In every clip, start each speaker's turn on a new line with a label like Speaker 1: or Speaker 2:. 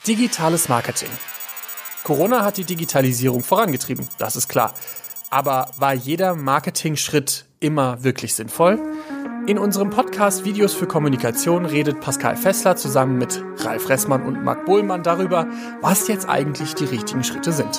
Speaker 1: Digitales Marketing. Corona hat die Digitalisierung vorangetrieben, das ist klar. Aber war jeder Marketing-Schritt immer wirklich sinnvoll? In unserem Podcast Videos für Kommunikation redet Pascal Fessler zusammen mit Ralf Ressmann und Marc Bohlmann darüber, was jetzt eigentlich die richtigen Schritte sind.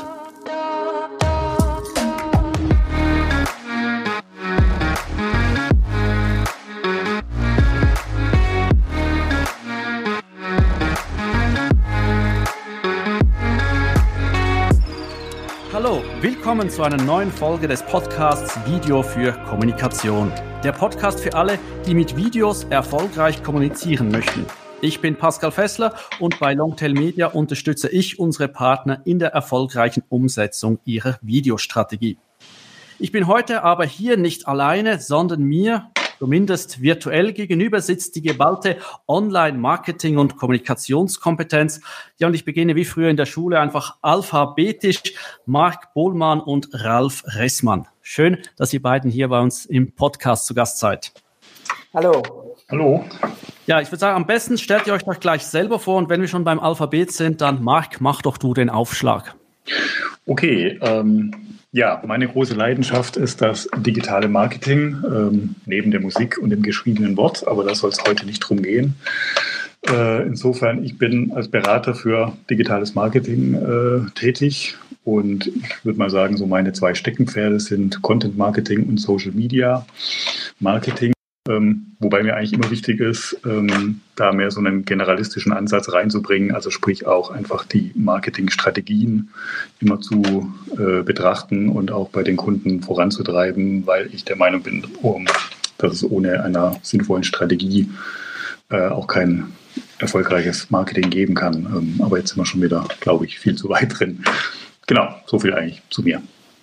Speaker 2: Hallo, willkommen zu einer neuen Folge des Podcasts Video für Kommunikation. Der Podcast für alle, die mit Videos erfolgreich kommunizieren möchten. Ich bin Pascal Fessler und bei Longtail Media unterstütze ich unsere Partner in der erfolgreichen Umsetzung ihrer Videostrategie. Ich bin heute aber hier nicht alleine, sondern mir, zumindest virtuell gegenüber, sitzt die geballte Online-Marketing- und Kommunikationskompetenz. Ja, und ich beginne wie früher in der Schule einfach alphabetisch. Marc Bohlmann und Ralf Ressmann. Schön, dass ihr beiden hier bei uns im Podcast zu Gast seid.
Speaker 3: Hallo.
Speaker 4: Hallo.
Speaker 2: Ja, ich würde sagen, am besten stellt ihr euch doch gleich selber vor. Und wenn wir schon beim Alphabet sind, dann Marc, mach doch du den Aufschlag.
Speaker 4: Okay, ja, meine große Leidenschaft ist das digitale Marketing, neben der Musik und dem geschriebenen Wort, aber da soll es heute nicht drum gehen. Insofern, ich bin als Berater für digitales Marketing tätig und ich würde mal sagen, so meine zwei Steckenpferde sind Content Marketing und Social Media Marketing. Wobei mir eigentlich immer wichtig ist, da mehr so einen generalistischen Ansatz reinzubringen, also sprich auch einfach die Marketingstrategien immer zu betrachten und auch bei den Kunden voranzutreiben, weil ich der Meinung bin, dass es ohne einer sinnvollen Strategie auch kein erfolgreiches Marketing geben kann. Aber jetzt sind wir schon wieder, glaube ich, viel zu weit drin. Genau, so viel eigentlich zu mir.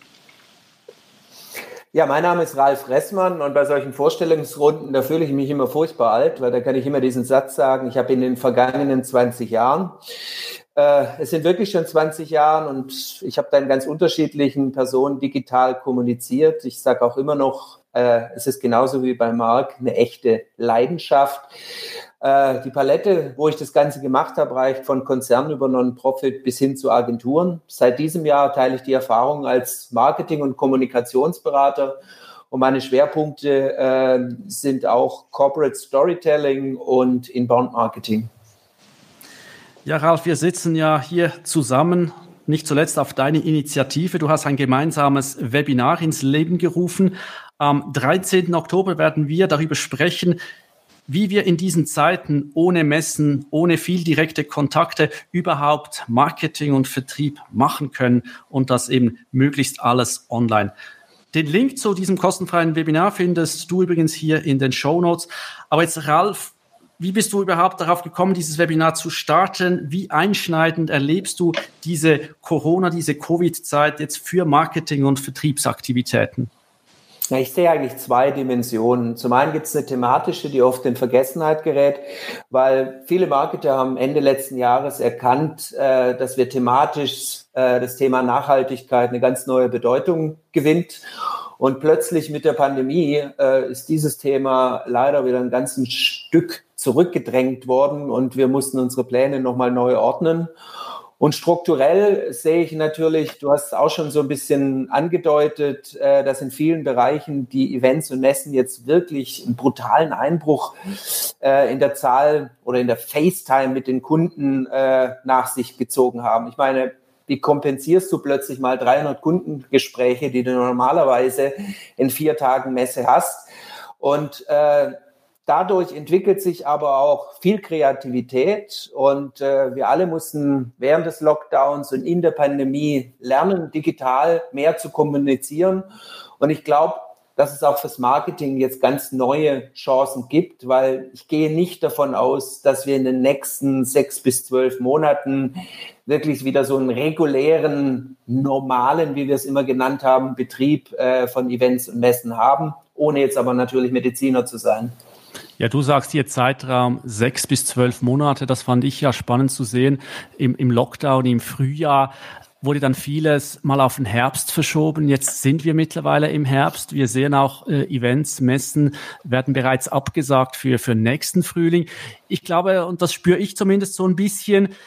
Speaker 3: Ja, mein Name ist Ralf Ressmann und bei solchen Vorstellungsrunden, da fühle ich mich immer furchtbar alt, weil da kann ich immer diesen Satz sagen, ich habe in den vergangenen 20 Jahren, es sind wirklich schon 20 Jahre und ich habe da in ganz unterschiedlichen Personen digital kommuniziert. Ich sage auch immer noch, es ist genauso wie bei Marc eine echte Leidenschaft. Die Palette, wo ich das Ganze gemacht habe, reicht von Konzernen über Non-Profit bis hin zu Agenturen. Seit diesem Jahr teile ich die Erfahrung als Marketing- und Kommunikationsberater. Und meine Schwerpunkte sind auch Corporate Storytelling und Inbound Marketing.
Speaker 2: Ja, Ralf, wir sitzen ja hier zusammen, nicht zuletzt auf deine Initiative. Du hast ein gemeinsames Webinar ins Leben gerufen. Am 13. Oktober werden wir darüber sprechen, wie wir in diesen Zeiten ohne Messen, ohne viel direkte Kontakte überhaupt Marketing und Vertrieb machen können und das eben möglichst alles online. Den Link zu diesem kostenfreien Webinar findest du übrigens hier in den Shownotes. Aber jetzt, Ralf, wie bist du überhaupt darauf gekommen, dieses Webinar zu starten? Wie einschneidend erlebst du diese Covid-Zeit jetzt für Marketing- und Vertriebsaktivitäten?
Speaker 3: Ja, ich sehe eigentlich zwei Dimensionen. Zum einen gibt es eine thematische, die oft in Vergessenheit gerät, weil viele Marketer haben Ende letzten Jahres erkannt, dass wir thematisch das Thema Nachhaltigkeit eine ganz neue Bedeutung gewinnt. Und plötzlich mit der Pandemie ist dieses Thema leider wieder ein ganzes Stück zurückgedrängt worden und wir mussten unsere Pläne nochmal neu ordnen. Und strukturell sehe ich natürlich, du hast es auch schon so ein bisschen angedeutet, dass in vielen Bereichen die Events und Messen jetzt wirklich einen brutalen Einbruch in der Zahl oder in der FaceTime mit den Kunden nach sich gezogen haben. Ich meine, wie kompensierst du plötzlich mal 300 Kundengespräche, die du normalerweise in 4 Tagen Messe hast? Und dadurch entwickelt sich aber auch viel Kreativität und wir alle mussten während des Lockdowns und in der Pandemie lernen, digital mehr zu kommunizieren. Und ich glaube, dass es auch fürs Marketing jetzt ganz neue Chancen gibt, weil ich gehe nicht davon aus, dass wir in den nächsten 6 bis 12 Monaten wirklich wieder so einen regulären, normalen, wie wir es immer genannt haben, Betrieb von Events und Messen haben, ohne jetzt aber natürlich Mediziner zu sein.
Speaker 2: Ja, du sagst hier Zeitraum 6 bis 12 Monate. Das fand ich ja spannend zu sehen. Im Lockdown, im Frühjahr wurde dann vieles mal auf den Herbst verschoben. Jetzt sind wir mittlerweile im Herbst. Wir sehen auch Events, Messen werden bereits abgesagt für nächsten Frühling. Ich glaube, und das spüre ich zumindest so ein bisschen,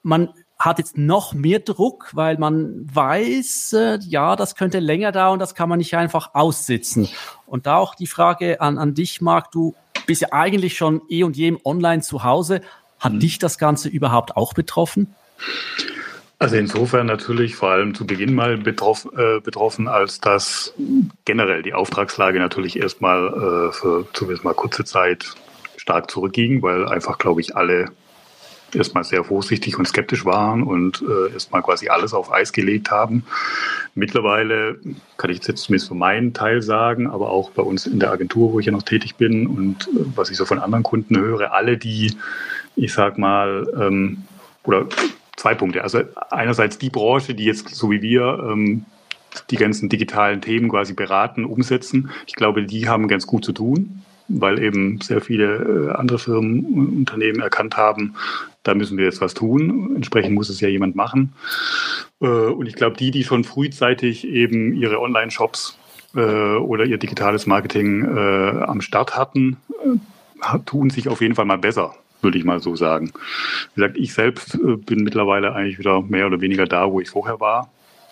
Speaker 2: man hat jetzt noch mehr Druck, weil man weiß, das könnte länger dauern, das kann man nicht einfach aussitzen. Und da auch die Frage an dich, Marc, du bist ja eigentlich schon und je online zu Hause. Hat dich das Ganze überhaupt auch betroffen?
Speaker 4: Also insofern natürlich vor allem zu Beginn mal betroffen, als dass generell die Auftragslage natürlich erstmal für zumindest mal kurze Zeit stark zurückging, weil einfach, glaube ich, alle erstmal sehr vorsichtig und skeptisch waren und erstmal quasi alles auf Eis gelegt haben. Mittlerweile kann ich jetzt zumindest für meinen Teil sagen, aber auch bei uns in der Agentur, wo ich ja noch tätig bin und was ich so von anderen Kunden höre, alle die, ich sag mal, oder 2 Punkte. Also einerseits die Branche, die jetzt so wie wir die ganzen digitalen Themen quasi beraten, umsetzen. Ich glaube, die haben ganz gut zu tun, weil eben sehr viele andere Firmen und Unternehmen erkannt haben, da müssen wir jetzt was tun. Entsprechend muss es ja jemand machen. Und ich glaube, die schon frühzeitig eben ihre Online-Shops oder ihr digitales Marketing am Start hatten, tun sich auf jeden Fall mal besser, würde ich mal so sagen. Wie gesagt, ich selbst bin mittlerweile eigentlich wieder mehr oder weniger da, wo ich vorher war.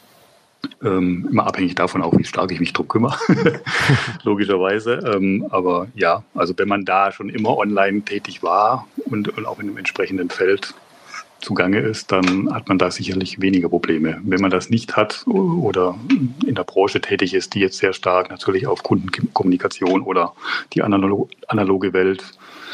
Speaker 4: Immer abhängig davon auch, wie stark ich mich drum kümmere, logischerweise. Aber ja, also wenn man da schon immer online tätig war und auch in einem entsprechenden Feld zugange ist, dann hat man da sicherlich weniger Probleme. Wenn man das nicht hat oder in der Branche tätig ist, die jetzt sehr stark natürlich auf Kundenkommunikation oder die analoge Welt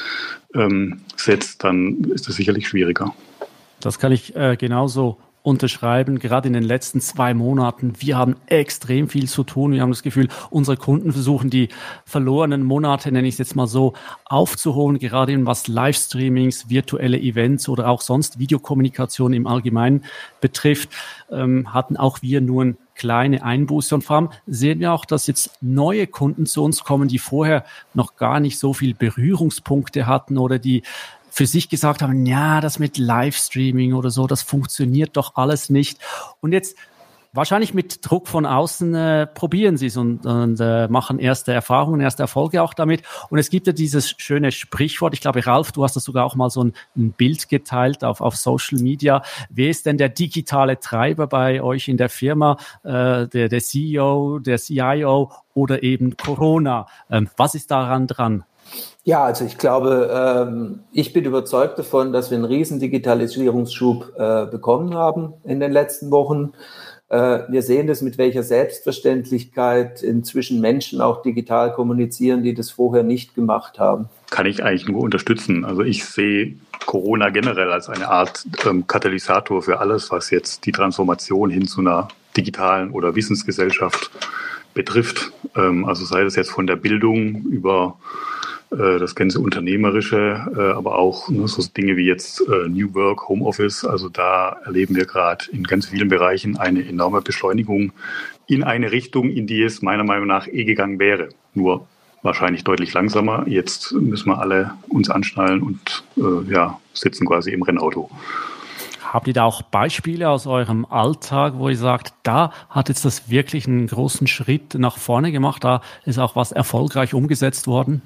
Speaker 4: setzt, dann ist das sicherlich schwieriger.
Speaker 2: Das kann ich genauso unterschreiben. Gerade in den letzten 2 Monaten, wir haben extrem viel zu tun. Wir haben das Gefühl, unsere Kunden versuchen, die verlorenen Monate, nenne ich es jetzt mal so, aufzuholen, gerade in was Livestreamings, virtuelle Events oder auch sonst Videokommunikation im Allgemeinen betrifft, hatten auch wir nur eine kleine Einbuße. Und vor allem sehen wir auch, dass jetzt neue Kunden zu uns kommen, die vorher noch gar nicht so viel Berührungspunkte hatten oder die für sich gesagt haben, ja, das mit Livestreaming oder so, das funktioniert doch alles nicht. Und jetzt wahrscheinlich mit Druck von außen probieren sie es und machen erste Erfahrungen, erste Erfolge auch damit. Und es gibt ja dieses schöne Sprichwort, ich glaube, Ralf, du hast das sogar auch mal so ein Bild geteilt auf Social Media. Wer ist denn der digitale Treiber bei euch in der Firma? Der CEO, der CIO oder eben Corona? Was ist daran dran?
Speaker 3: Ja, also ich glaube, ich bin überzeugt davon, dass wir einen riesen Digitalisierungsschub bekommen haben in den letzten Wochen. Wir sehen das, mit welcher Selbstverständlichkeit inzwischen Menschen auch digital kommunizieren, die das vorher nicht gemacht haben.
Speaker 4: Kann ich eigentlich nur unterstützen. Also ich sehe Corona generell als eine Art Katalysator für alles, was jetzt die Transformation hin zu einer digitalen oder Wissensgesellschaft betrifft. Also sei das jetzt von der Bildung über das ganze Unternehmerische, aber auch so Dinge wie jetzt New Work, Homeoffice. Also da erleben wir gerade in ganz vielen Bereichen eine enorme Beschleunigung in eine Richtung, in die es meiner Meinung nach gegangen wäre. Nur wahrscheinlich deutlich langsamer. Jetzt müssen wir alle uns anschnallen und sitzen quasi im Rennauto.
Speaker 2: Habt ihr da auch Beispiele aus eurem Alltag, wo ihr sagt, da hat jetzt das wirklich einen großen Schritt nach vorne gemacht, da ist auch was erfolgreich umgesetzt worden?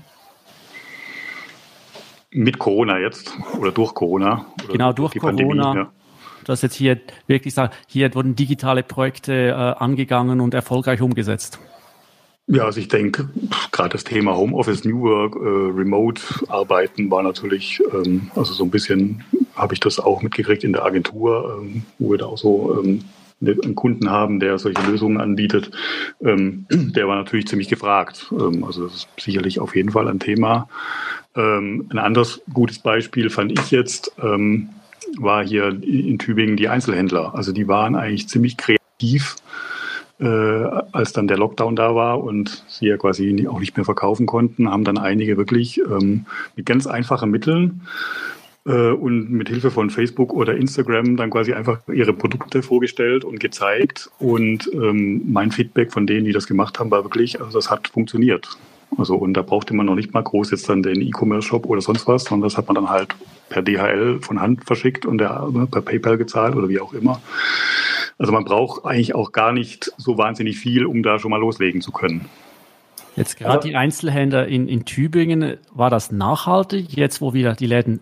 Speaker 4: Mit Corona jetzt oder durch Corona? Oder
Speaker 2: genau, durch
Speaker 4: die
Speaker 2: Corona.
Speaker 4: Pandemie, ja.
Speaker 2: Dass jetzt hier wirklich sagt, hier wurden digitale Projekte angegangen und erfolgreich umgesetzt.
Speaker 4: Ja, also ich denke, gerade das Thema Homeoffice, New Work, Remote-Arbeiten war natürlich, also so ein bisschen habe ich das auch mitgekriegt in der Agentur, wo wir da auch so einen Kunden haben, der solche Lösungen anbietet. Der war natürlich ziemlich gefragt. Also das ist sicherlich auf jeden Fall ein Thema. Ein anderes gutes Beispiel fand ich jetzt, war hier in Tübingen die Einzelhändler. Also die waren eigentlich ziemlich kreativ, als dann der Lockdown da war und sie ja quasi auch nicht mehr verkaufen konnten, haben dann einige wirklich mit ganz einfachen Mitteln und mit Hilfe von Facebook oder Instagram dann quasi einfach ihre Produkte vorgestellt und gezeigt. Und mein Feedback von denen, die das gemacht haben, war wirklich, also das hat funktioniert. Also und da brauchte man noch nicht mal groß jetzt dann den E-Commerce-Shop oder sonst was, sondern das hat man dann halt per DHL von Hand verschickt und per PayPal gezahlt oder wie auch immer. Also man braucht eigentlich auch gar nicht so wahnsinnig viel, um da schon mal loslegen zu können.
Speaker 2: Jetzt gerade die Einzelhändler in Tübingen, war das nachhaltig, jetzt wo wieder die Läden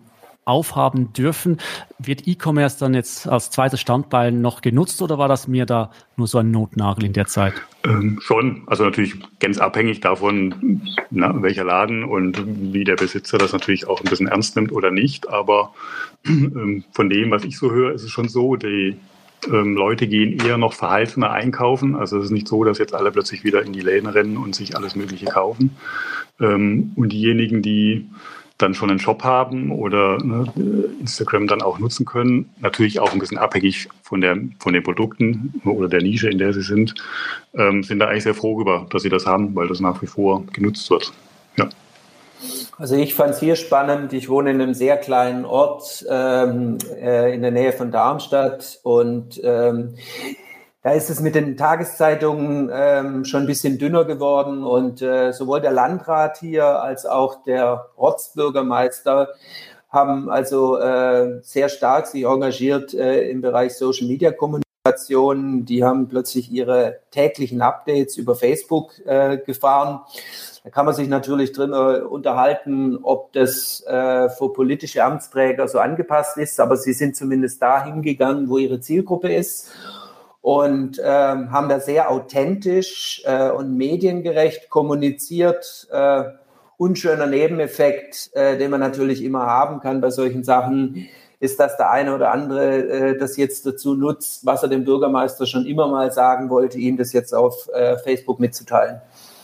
Speaker 2: aufhaben dürfen. Wird E-Commerce dann jetzt als zweites Standbein noch genutzt oder war das mir da nur so ein Notnagel in der Zeit?
Speaker 4: Schon, also natürlich ganz abhängig davon, welcher Laden und wie der Besitzer das natürlich auch ein bisschen ernst nimmt oder nicht. Aber von dem, was ich so höre, ist es schon so, die Leute gehen eher noch verhaltener einkaufen. Also es ist nicht so, dass jetzt alle plötzlich wieder in die Läden rennen und sich alles Mögliche kaufen. Und diejenigen, die dann schon einen Shop haben oder Instagram dann auch nutzen können, natürlich auch ein bisschen abhängig von den Produkten oder der Nische, in der sie sind da eigentlich sehr froh darüber, dass sie das haben, weil das nach wie vor genutzt wird. Ja.
Speaker 3: Also ich fand es hier spannend. Ich wohne in einem sehr kleinen Ort in der Nähe von Darmstadt und da ist es mit den Tageszeitungen schon ein bisschen dünner geworden und sowohl der Landrat hier als auch der Ortsbürgermeister haben also sehr stark sich engagiert im Bereich Social Media Kommunikation. Die haben plötzlich ihre täglichen Updates über Facebook gefahren. Da kann man sich natürlich drin unterhalten, ob das für politische Amtsträger so angepasst ist, aber sie sind zumindest dahin gegangen, wo ihre Zielgruppe ist. Und haben da sehr authentisch und mediengerecht kommuniziert. Unschöner Nebeneffekt, den man natürlich immer haben kann bei solchen Sachen, ist, dass der eine oder andere das jetzt dazu nutzt, was er dem Bürgermeister schon immer mal sagen wollte, ihm das jetzt auf Facebook mitzuteilen.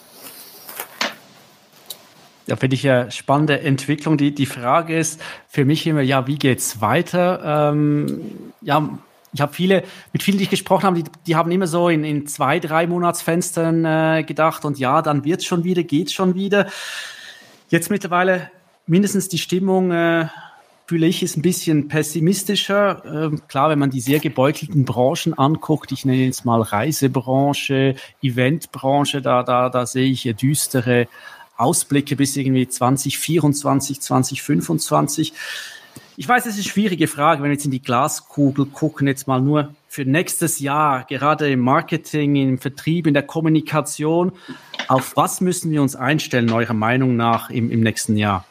Speaker 2: Ja, finde ich eine spannende Entwicklung. Die Frage ist für mich immer, ja, wie geht's weiter? Ich habe mit vielen, die ich gesprochen habe, die haben immer so in 2-3 Monatsfenstern gedacht und ja, dann geht's schon wieder. Jetzt mittlerweile mindestens die Stimmung, fühle ich, ist ein bisschen pessimistischer. Klar, wenn man die sehr gebeutelten Branchen anguckt, ich nenne jetzt mal Reisebranche, Eventbranche, da sehe ich düstere Ausblicke bis irgendwie 2024, 2025. Ich weiß, es ist eine schwierige Frage, wenn wir jetzt in die Glaskugel gucken, jetzt mal nur für nächstes Jahr, gerade im Marketing, im Vertrieb, in der Kommunikation. Auf was müssen wir uns einstellen, eurer Meinung nach, im nächsten Jahr?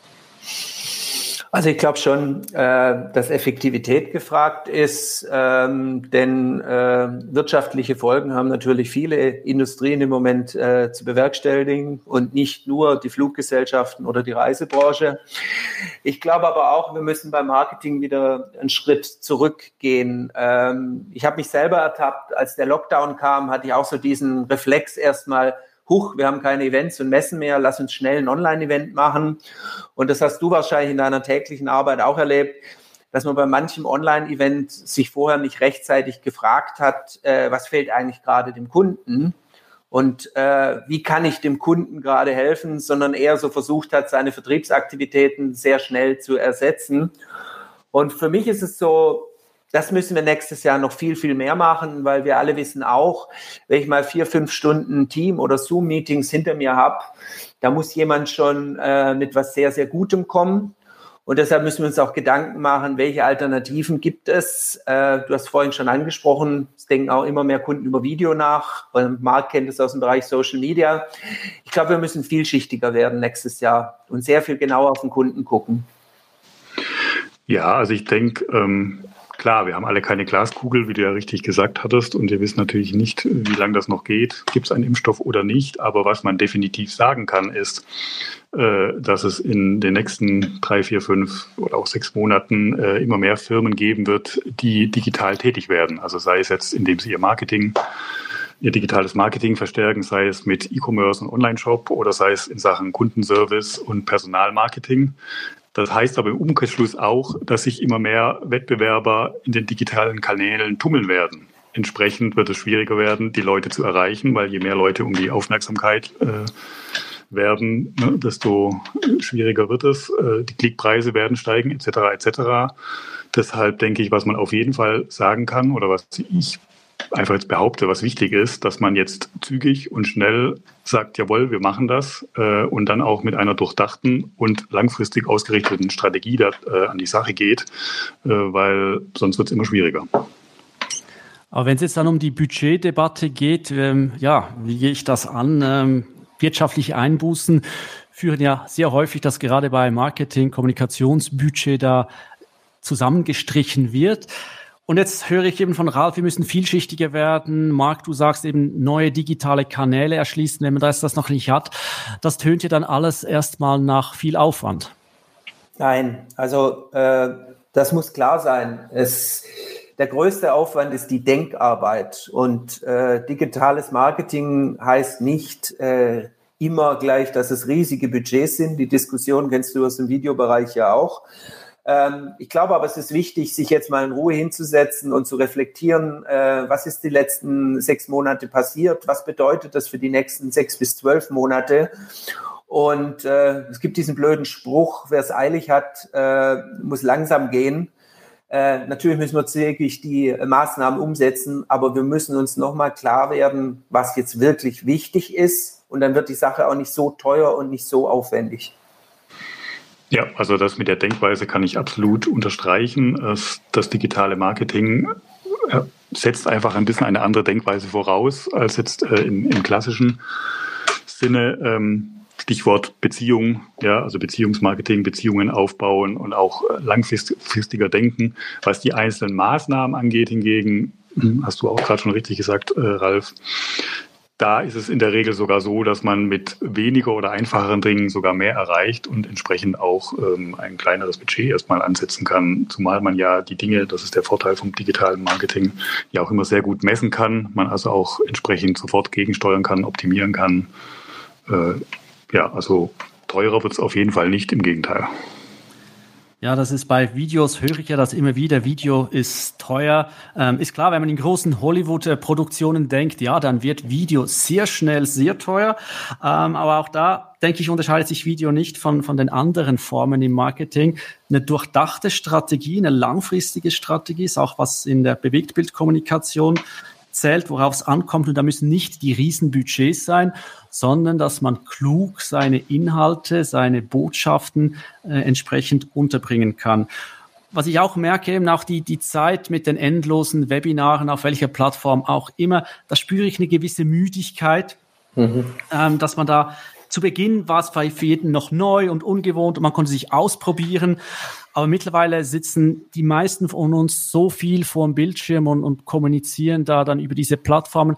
Speaker 3: Also ich glaube schon, dass Effektivität gefragt ist, denn wirtschaftliche Folgen haben natürlich viele Industrien im Moment zu bewerkstelligen und nicht nur die Fluggesellschaften oder die Reisebranche. Ich glaube aber auch, wir müssen beim Marketing wieder einen Schritt zurückgehen. Ich habe mich selber ertappt, als der Lockdown kam, hatte ich auch so diesen Reflex erstmal, wir haben keine Events und Messen mehr, lass uns schnell ein Online-Event machen. Und das hast du wahrscheinlich in deiner täglichen Arbeit auch erlebt, dass man bei manchem Online-Event sich vorher nicht rechtzeitig gefragt hat, was fehlt eigentlich gerade dem Kunden und wie kann ich dem Kunden gerade helfen, sondern eher so versucht hat, seine Vertriebsaktivitäten sehr schnell zu ersetzen. Und für mich ist es so, das müssen wir nächstes Jahr noch viel, viel mehr machen, weil wir alle wissen auch, wenn ich mal 4-5 Stunden Team- oder Zoom-Meetings hinter mir habe, da muss jemand schon mit was sehr, sehr Gutem kommen. Und deshalb müssen wir uns auch Gedanken machen, welche Alternativen gibt es. Du hast vorhin schon angesprochen, es denken auch immer mehr Kunden über Video nach. Marc kennt es aus dem Bereich Social Media. Ich glaube, wir müssen vielschichtiger werden nächstes Jahr und sehr viel genauer auf den Kunden gucken.
Speaker 4: Ja, also ich denke, klar, wir haben alle keine Glaskugel, wie du ja richtig gesagt hattest, und wir wissen natürlich nicht, wie lange das noch geht. Gibt es einen Impfstoff oder nicht? Aber was man definitiv sagen kann, ist, dass es in den nächsten 3, 4, 5 oder auch 6 Monaten immer mehr Firmen geben wird, die digital tätig werden. Also sei es jetzt, indem sie ihr digitales Marketing verstärken, sei es mit E-Commerce und Online-Shop oder sei es in Sachen Kundenservice und Personalmarketing. Das heißt aber im Umkehrschluss auch, dass sich immer mehr Wettbewerber in den digitalen Kanälen tummeln werden. Entsprechend wird es schwieriger werden, die Leute zu erreichen, weil je mehr Leute um die Aufmerksamkeit werben, desto schwieriger wird es. Die Klickpreise werden steigen, etc. etc. Deshalb denke ich, was man auf jeden Fall sagen kann oder was ich einfach jetzt behaupte, was wichtig ist, dass man jetzt zügig und schnell sagt, jawohl, wir machen das und dann auch mit einer durchdachten und langfristig ausgerichteten Strategie an die Sache geht, weil sonst wird es immer schwieriger.
Speaker 2: Aber wenn es jetzt dann um die Budgetdebatte geht, wie gehe ich das an? wirtschaftliche Einbußen führen ja sehr häufig, dass gerade bei Marketing, Kommunikationsbudget da zusammengestrichen wird. Und jetzt höre ich eben von Ralf, wir müssen vielschichtiger werden. Marc, du sagst eben neue digitale Kanäle erschließen, wenn man das noch nicht hat. Das tönt ja dann alles erstmal nach viel Aufwand.
Speaker 3: Nein, also das muss klar sein. Der größte Aufwand ist die Denkarbeit. Und digitales Marketing heißt nicht immer gleich, dass es riesige Budgets sind. Die Diskussion kennst du aus dem Videobereich ja auch. Ich glaube aber, es ist wichtig, sich jetzt mal in Ruhe hinzusetzen und zu reflektieren, was ist die letzten 6 Monate passiert, was bedeutet das für die nächsten 6 bis 12 Monate. Und es gibt diesen blöden Spruch, wer es eilig hat, muss langsam gehen. Natürlich müssen wir zügig die Maßnahmen umsetzen, aber wir müssen uns nochmal klar werden, was jetzt wirklich wichtig ist. Und dann wird die Sache auch nicht so teuer und nicht so aufwendig.
Speaker 4: Ja, also das mit der Denkweise kann ich absolut unterstreichen. Das digitale Marketing setzt einfach ein bisschen eine andere Denkweise voraus als jetzt im klassischen Sinne. Stichwort Beziehung, ja, also Beziehungsmarketing, Beziehungen aufbauen und auch langfristiger denken. Was die einzelnen Maßnahmen angeht hingegen, hast du auch gerade schon richtig gesagt, Ralf, da ist es in der Regel sogar so, dass man mit weniger oder einfacheren Dingen sogar mehr erreicht und entsprechend auch ein kleineres Budget erstmal ansetzen kann. Zumal man ja die Dinge, das ist der Vorteil vom digitalen Marketing, ja auch immer sehr gut messen kann. Man also auch entsprechend sofort gegensteuern kann, optimieren kann. Ja, also teurer wird es auf jeden Fall nicht, im Gegenteil.
Speaker 2: Ja, das ist bei Videos, höre ich ja das immer wieder, Video ist teuer. Ist klar, wenn man in großen Hollywood-Produktionen denkt, ja, dann wird Video sehr schnell sehr teuer. Aber auch da, denke ich, unterscheidet sich Video nicht von den anderen Formen im Marketing. Eine durchdachte Strategie, eine langfristige Strategie ist auch was in der Bewegtbildkommunikation zählt, worauf es ankommt. Und da müssen nicht die Riesenbudgets sein, sondern dass man klug seine Inhalte, seine Botschaften entsprechend unterbringen kann. Was ich auch merke, eben auch die Zeit mit den endlosen Webinaren, auf welcher Plattform auch immer, da spüre ich eine gewisse Müdigkeit, dass man da zu Beginn war es für jeden noch neu und ungewohnt und man konnte sich ausprobieren. Aber mittlerweile sitzen die meisten von uns so viel vor dem Bildschirm und kommunizieren da dann über diese Plattformen,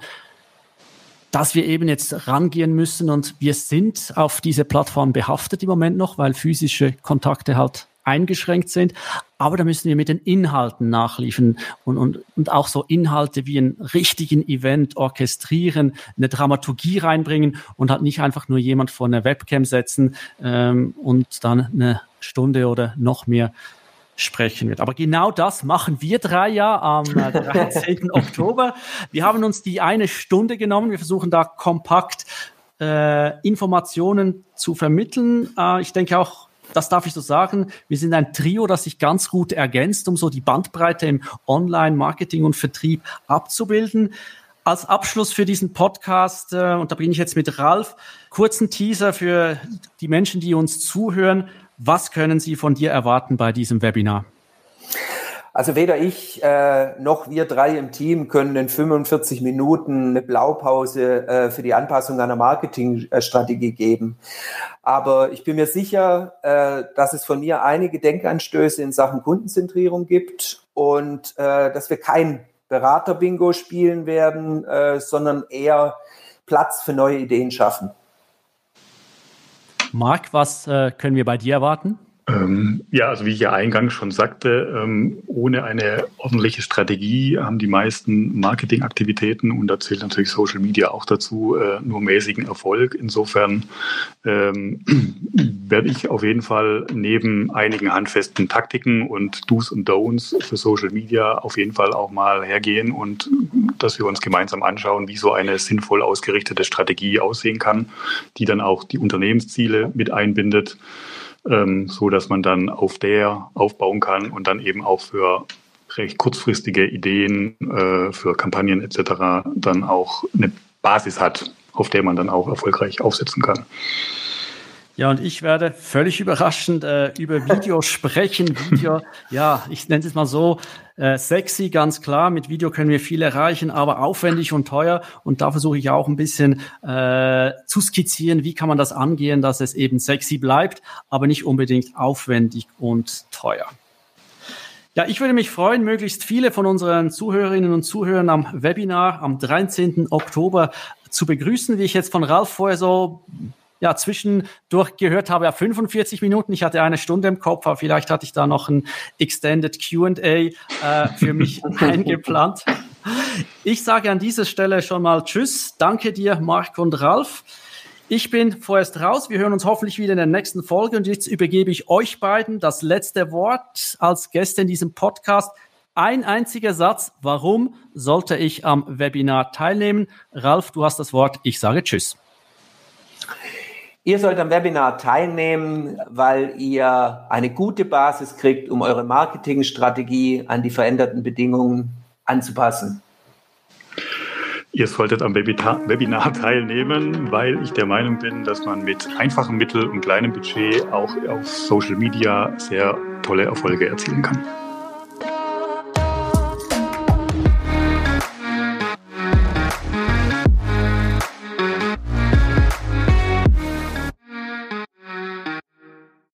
Speaker 2: dass wir eben jetzt rangehen müssen. Und wir sind auf diese Plattform behaftet im Moment noch, weil physische Kontakte halt eingeschränkt sind. Aber da müssen wir mit den Inhalten nachliefern und auch so Inhalte wie einen richtigen Event orchestrieren, eine Dramaturgie reinbringen und halt nicht einfach nur jemand vor eine Webcam setzen und dann eine Stunde oder noch mehr sprechen wird. Aber genau das machen wir 3 ja am 13. Oktober. Wir haben uns die 1 Stunde genommen. Wir versuchen da kompakt Informationen zu vermitteln. Ich denke auch, das darf ich so sagen, wir sind ein Trio, das sich ganz gut ergänzt, um so die Bandbreite im Online-Marketing und Vertrieb abzubilden. Als Abschluss für diesen Podcast, und da beginne ich jetzt mit Ralf, kurzen Teaser für die Menschen, die uns zuhören. Was können Sie von dir erwarten bei diesem Webinar?
Speaker 3: Also weder ich noch wir 3 im Team können in 45 Minuten eine Blaupause für die Anpassung einer Marketingstrategie geben. Aber ich bin mir sicher, dass es von mir einige Denkanstöße in Sachen Kundenzentrierung gibt und dass wir kein Berater-Bingo spielen werden, sondern eher Platz für neue Ideen schaffen.
Speaker 2: Marc, was können wir bei dir erwarten?
Speaker 4: Ja, also wie ich ja eingangs schon sagte, ohne eine ordentliche Strategie haben die meisten Marketingaktivitäten, und da zählt natürlich Social Media auch dazu, nur mäßigen Erfolg. Insofern werde ich auf jeden Fall neben einigen handfesten Taktiken und Do's und Don'ts für Social Media auf jeden Fall auch mal hergehen und dass wir uns gemeinsam anschauen, wie so eine sinnvoll ausgerichtete Strategie aussehen kann, die dann auch die Unternehmensziele mit einbindet, so dass man dann auf der aufbauen kann und dann eben auch für recht kurzfristige Ideen, für Kampagnen etc. dann auch eine Basis hat, auf der man dann auch erfolgreich aufsetzen kann.
Speaker 2: Ja, und ich werde völlig überraschend über Video sprechen. Video, ja, ich nenne es mal so, sexy, ganz klar. Mit Video können wir viel erreichen, aber aufwendig und teuer. Und da versuche ich auch ein bisschen zu skizzieren, wie kann man das angehen, dass es eben sexy bleibt, aber nicht unbedingt aufwendig und teuer. Ja, ich würde mich freuen, möglichst viele von unseren Zuhörerinnen und Zuhörern am Webinar am 13. Oktober zu begrüßen, wie ich jetzt von Ralf vorher so zwischendurch gehört habe, 45 Minuten. Ich hatte 1 Stunde im Kopf, aber vielleicht hatte ich da noch ein Extended Q&A für mich eingeplant. Ich sage an dieser Stelle schon mal Tschüss. Danke dir, Marc und Ralf. Ich bin vorerst raus. Wir hören uns hoffentlich wieder in der nächsten Folge. Und jetzt übergebe ich euch beiden das letzte Wort als Gäste in diesem Podcast. Ein einziger Satz. Warum sollte ich am Webinar teilnehmen? Ralf, du hast das Wort. Ich sage Tschüss.
Speaker 3: Ihr sollt am Webinar teilnehmen, weil ihr eine gute Basis kriegt, um eure Marketingstrategie an die veränderten Bedingungen anzupassen.
Speaker 4: Ihr solltet am Webinar teilnehmen, weil ich der Meinung bin, dass man mit einfachen Mitteln und kleinem Budget auch auf Social Media sehr tolle Erfolge erzielen kann.